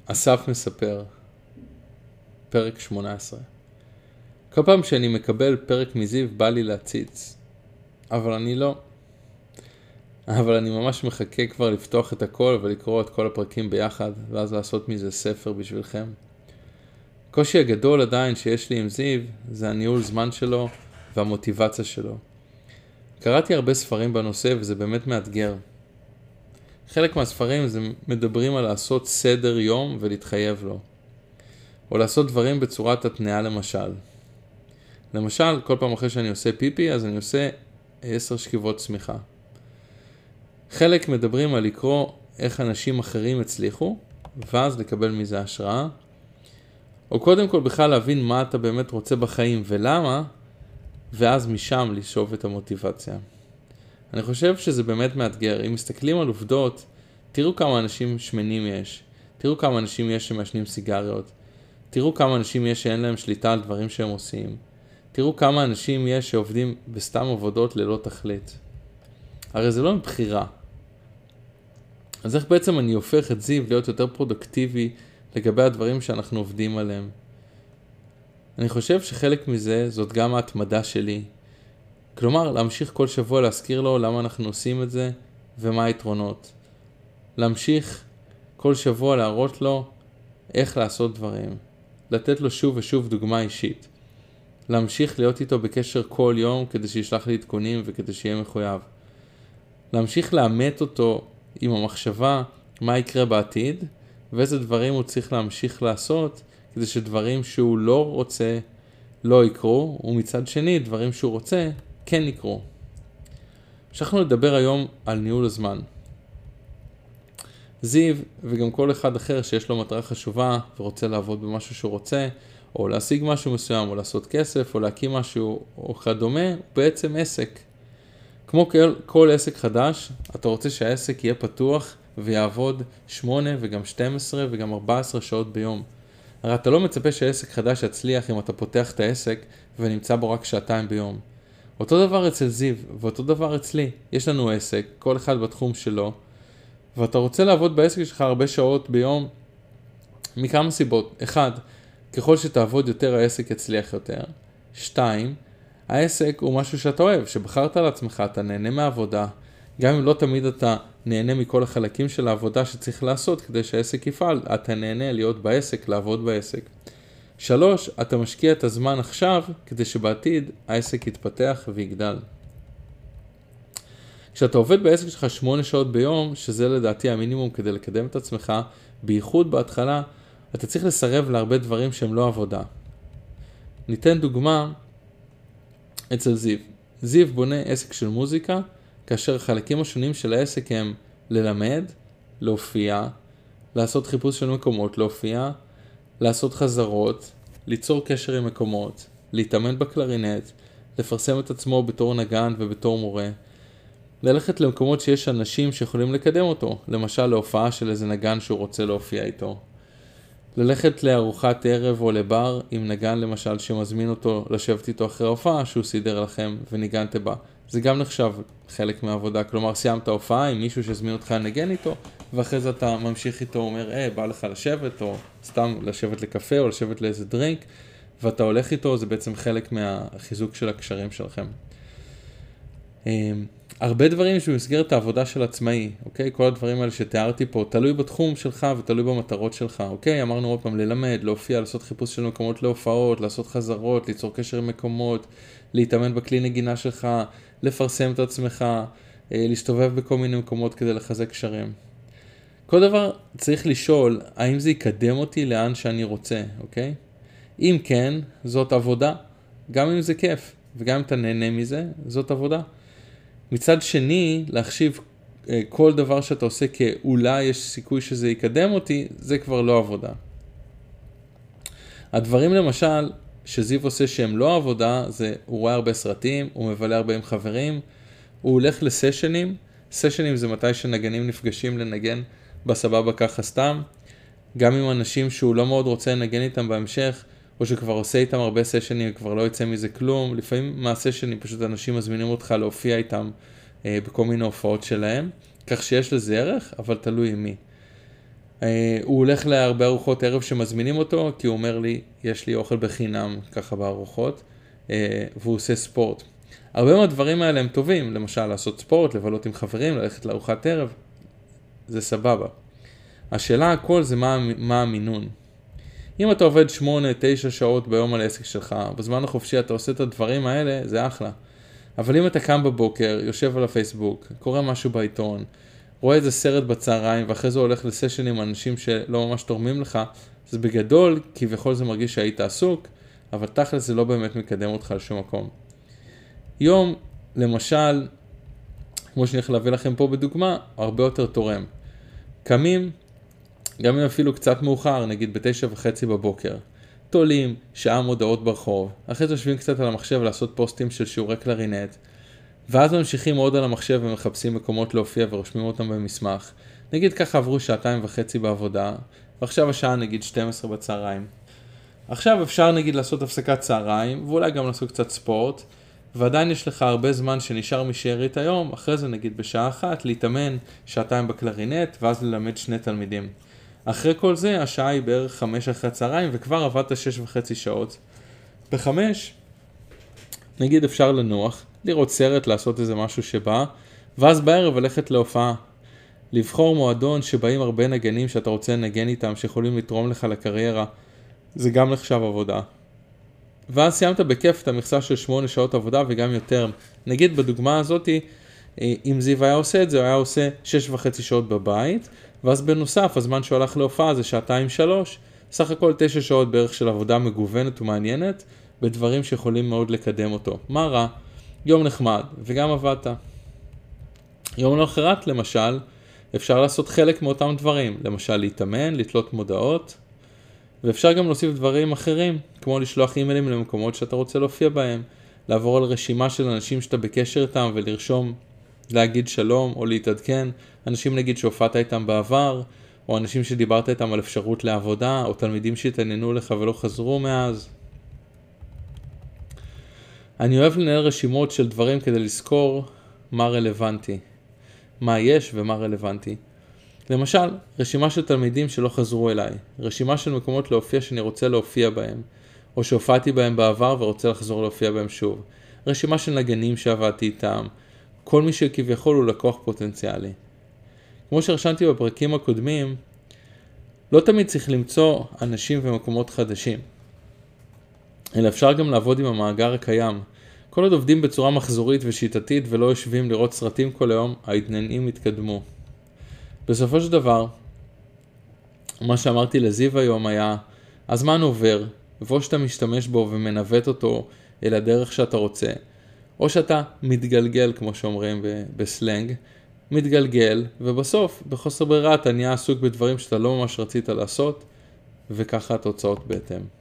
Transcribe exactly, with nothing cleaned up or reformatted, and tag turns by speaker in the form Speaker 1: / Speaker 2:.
Speaker 1: אסף מספר, פרק שמונה עשרה. כל פעם שאני מקבל פרק מזיו בא לי להציץ, אבל אני לא. אבל אני ממש מחכה כבר לפתוח את הכל ולקרוא את כל הפרקים ביחד, ואז לעשות מזה ספר בשבילכם. הקושי הגדול עדיין שיש לי עם זיו זה הניהול זמן שלו והמוטיבציה שלו. קראתי הרבה ספרים בנושא וזה באמת מאתגר. חלק מהספרים זה מדברים על לעשות סדר יום ולהתחייב לו. או לעשות דברים בצורת התנאה למשל. למשל, כל פעם אחרי שאני עושה פיפי, אז אני עושה עשר שכיבות צמיחה. חלק מדברים על לקרוא איך אנשים אחרים הצליחו, ואז לקבל מזה השראה. או קודם כל בכלל להבין מה אתה באמת רוצה בחיים ולמה, ואז משם לשאוב את המוטיבציה. אני חושב שזה באמת מאתגר. אם מסתכלים על עובדות, תראו כמה אנשים שמנים יש. תראו כמה אנשים יש שמעשנים סיגריות. תראו כמה אנשים יש שאין להם שליטה על דברים שהם עושים. תראו כמה אנשים יש שעובדים בסתם עבודות ללא תכלית. הרי זה לא מבחירה. אז איך בעצם אני הופך את זיו להיות יותר פרודוקטיבי לגבי הדברים שאנחנו עובדים עליהם? אני חושב שחלק מזה זאת גם ההתמדה שלי. כלומר, להמשיך כל שבוע להזכיר לו למה אנחנו עושים את זה ומה היתרונות. להמשיך כל שבוע להראות לו איך לעשות דברים. לתת לו שוב ושוב דוגמה אישית. להמשיך להיות איתו בקשר כל יום כדי שישלח לי עדכונים וכדי שיהיה מחויב. להמשיך לאמת אותו עם המחשבה מה יקרה בעתיד ואיזה דברים הוא צריך להמשיך לעשות כדי שדברים שהוא לא רוצה לא יקרו, ומצד שני דברים שהוא רוצה כן יקרו. אנחנו נדבר היום על ניהול הזמן. זיו וגם כל אחד אחר שיש לו מטרה חשובה ורוצה לעבוד במשהו שהוא רוצה, או להשיג משהו מסוים, או לעשות כסף, או להקים משהו או כדומה, הוא בעצם עסק. כמו כל, כל עסק חדש, אתה רוצה שהעסק יהיה פתוח ויעבוד שמונה וגם שתים עשרה וגם ארבע עשרה שעות ביום. הרי אתה לא מצפה שהעסק חדש יצליח אם אתה פותח את העסק ונמצא בו רק שעתיים ביום. אותו דבר אצל זיו ואותו דבר אצלי. יש לנו עסק, כל אחד בתחום שלו, ואתה רוצה לעבוד בעסק שלך הרבה שעות ביום מכמה סיבות. אחד, ככל שתעבוד יותר העסק יצליח יותר. שתיים, העסק הוא משהו שאתה אוהב, שבחרת על עצמך, אתה נהנה מהעבודה, גם אם לא תמיד אתה נהנה מכל החלקים של העבודה שצריך לעשות כדי שהעסק יפעל, אתה נהנה להיות בעסק, לעבוד בעסק. שלוש, אתה משקיע את הזמן עכשיו כדי שבעתיד העסק יתפתח ויגדל. כשאתה עובד בעסק שלך שמונה שעות ביום, שזה לדעתי המינימום כדי לקדם את עצמך, בייחוד בהתחלה, אתה צריך לסרב להרבה דברים שהם לא עבודה. ניתן דוגמה אצל זיו. זיו בונה עסק של מוזיקה, כאשר החלקים השונים של העסק הם ללמד, להופיע, לעשות חיפוש של מקומות, להופיע, לעשות חזרות, ליצור קשר עם מקומות, להתאמן בקלרינט, לפרסם את עצמו בתור נגן ובתור מורה, ללכת למקומות שיש אנשים שיכולים לקדם אותו, למשל להופעה של איזה נגן שהוא רוצה להופיע איתו. ללכת לארוחת ערב או לבר עם נגן למשל שמזמין אותו לשבת איתו אחרי ההופעה שהוא סידר לכם וניגנתם בה. זה גם נחשב חלק מהעבודה, כלומר סיימת ההופעה עם מישהו שהזמין אותך לנגן איתו, ואחרי זה אתה ממשיך איתו, אומר, אה, בא לך לשבת, או סתם לשבת לקפה או לשבת לאיזה דרינק, ואתה הולך איתו, זה בעצם חלק מהחיזוק של הקשרים שלכם. הרבה דברים שבמסגרת העבודה של עצמאי, אוקיי? כל הדברים האלה שתיארתי פה, תלוי בתחום שלך ותלוי במטרות שלך, אוקיי? אמרנו עוד פעם, ללמד, להופיע, לעשות חיפוש של מקומות להופעות, לעשות חזרות, ליצור קשר עם מקומות, להתאמן בכלי נגינה שלך, לפרסם את עצמך, להסתובב בכל מיני מקומות כדי לחזק קשרים. כל דבר צריך לשאול, האם זה יקדם אותי לאן שאני רוצה, אוקיי? אם כן, זאת עבודה, גם אם זה כיף, וגם אם אתה נהנה מזה, זאת עבודה. מצד שני, להחשיב כל דבר שאתה עושה כאולי יש סיכוי שזה יקדם אותי, זה כבר לא עבודה. הדברים למשל שזיו עושה שהם לא עבודה, זה הוא רואה הרבה סרטים, הוא מבלה הרבה עם חברים, הוא הולך לסשנים, סשנים זה מתי שנגנים נפגשים לנגן בסבבה ככה סתם, גם עם אנשים שהוא לא מאוד רוצה לנגן איתם בהמשך, או שכבר עושה איתם הרבה סשנים, כבר לא יצא מזה כלום. לפעמים מהסשנים פשוט אנשים מזמינים אותך להופיע איתם אה, בכל מיני הופעות שלהם, כך שיש לזה ערך, אבל תלוי עם מי. הוא הולך להרבה ארוחות ערב שמזמינים אותו, כי הוא אומר לי, יש לי אוכל בחינם ככה בארוחות, והוא עושה ספורט. הרבה מהדברים האלה הם טובים, למשל לעשות ספורט, לבלות עם חברים, ללכת לארוחת ערב, זה סבבה. השאלה הכל זה מה, מה המינון. אם אתה עובד שמונה, תשע שעות ביום על העסק שלך, בזמן החופשי אתה עושה את הדברים האלה, זה אחלה. אבל אם אתה קם בבוקר, יושב על הפייסבוק, קורא משהו בעיתון, רואה איזה סרט בצהריים, ואחרי זה הולך לסשן עם אנשים שלא ממש תורמים לך, זה בגדול, כביכול זה מרגיש שהיית עסוק, אבל תכל'ס זה לא באמת מקדם אותך לשום מקום. יום, למשל, כמו שאני יכול להביא לכם פה בדוגמה, הרבה יותר תורם. קמים, גם אם אפילו קצת מאוחר, נגיד בתשע וחצי בבוקר, תולים, שעה מודעות ברחוב, אחרי זה יושבים קצת על המחשב לעשות פוסטים של שיעורי קלרינט, ואז ממשיכים עוד על המחשב ומחפשים מקומות להופיע ורושמים אותם במסמך. נגיד ככה עברו שעתיים וחצי בעבודה, ועכשיו השעה נגיד שתים עשרה בצהריים. עכשיו אפשר נגיד לעשות הפסקת צהריים, ואולי גם לעשות קצת ספורט, ועדיין יש לך הרבה זמן שנשאר משארית היום, אחרי זה נגיד בשעה אחת להתאמן שעתיים בקלרינט, ואז ללמד שני תלמידים. אחרי כל זה השעה היא בערך חמש אחרי הצהריים, וכבר עבדת שש וחצי שעות. בחמש, נגיד אפשר לנוח, לראות סרט, לעשות איזה משהו שבא, ואז בערב ללכת להופעה. לבחור מועדון שבאים הרבה נגנים שאתה רוצה לנגן איתם, שיכולים לתרום לך לקריירה, זה גם נחשב עבודה. ואז סיימת בכיף את המכסה של שמונה שעות עבודה וגם יותר. נגיד בדוגמה הזאת, אם זיו היה עושה את זה, הוא היה עושה שש וחצי שעות בבית, ואז בנוסף, הזמן שהוא הלך להופעה זה שעתיים שלוש, סך הכל תשע שעות בערך של עבודה מגוונת ומעניינת, בדברים שיכולים מאוד לקדם אותו. מה רע? יום נחמד, וגם עבדת. יום לאחרת, למשל, אפשר לעשות חלק מאותם דברים, למשל להתאמן, לתלות מודעות, ואפשר גם להוסיף דברים אחרים, כמו לשלוח אימיילים למקומות שאתה רוצה להופיע בהם, לעבור על רשימה של אנשים שאתה בקשר איתם ולרשום, להגיד שלום או להתעדכן, אנשים נגיד שהופעת איתם בעבר, או אנשים שדיברת איתם על אפשרות לעבודה, או תלמידים שהתעניינו לך ולא חזרו מאז. אני אוהב לנהל רשימות של דברים כדי לזכור מה רלוונטי, מה יש ומה רלוונטי. למשל, רשימה של תלמידים שלא חזרו אליי, רשימה של מקומות להופיע שאני רוצה להופיע בהם, או שהופעתי בהם בעבר ורוצה לחזור להופיע בהם שוב, רשימה של נגנים שעבדתי איתם, כל מי שכביכול הוא לקוח פוטנציאלי. כמו שרשמתי בפרקים הקודמים, לא תמיד צריך למצוא אנשים ומקומות חדשים, אלא אפשר גם לעבוד עם המאגר הקיים. כל עוד עובדים בצורה מחזורית ושיטתית ולא יושבים לראות סרטים כל היום, ההתנהנים יתקדמו. בסופו של דבר, מה שאמרתי לזיו היום היה, הזמן עובר, ואו שאתה משתמש בו ומנווט אותו אל הדרך שאתה רוצה, או שאתה מתגלגל, כמו שאומרים בסלנג, מתגלגל, ובסוף, בחוסר ברירה, אתה נהיה עסוק בדברים שאתה לא ממש רצית לעשות, וככה התוצאות בהתאם.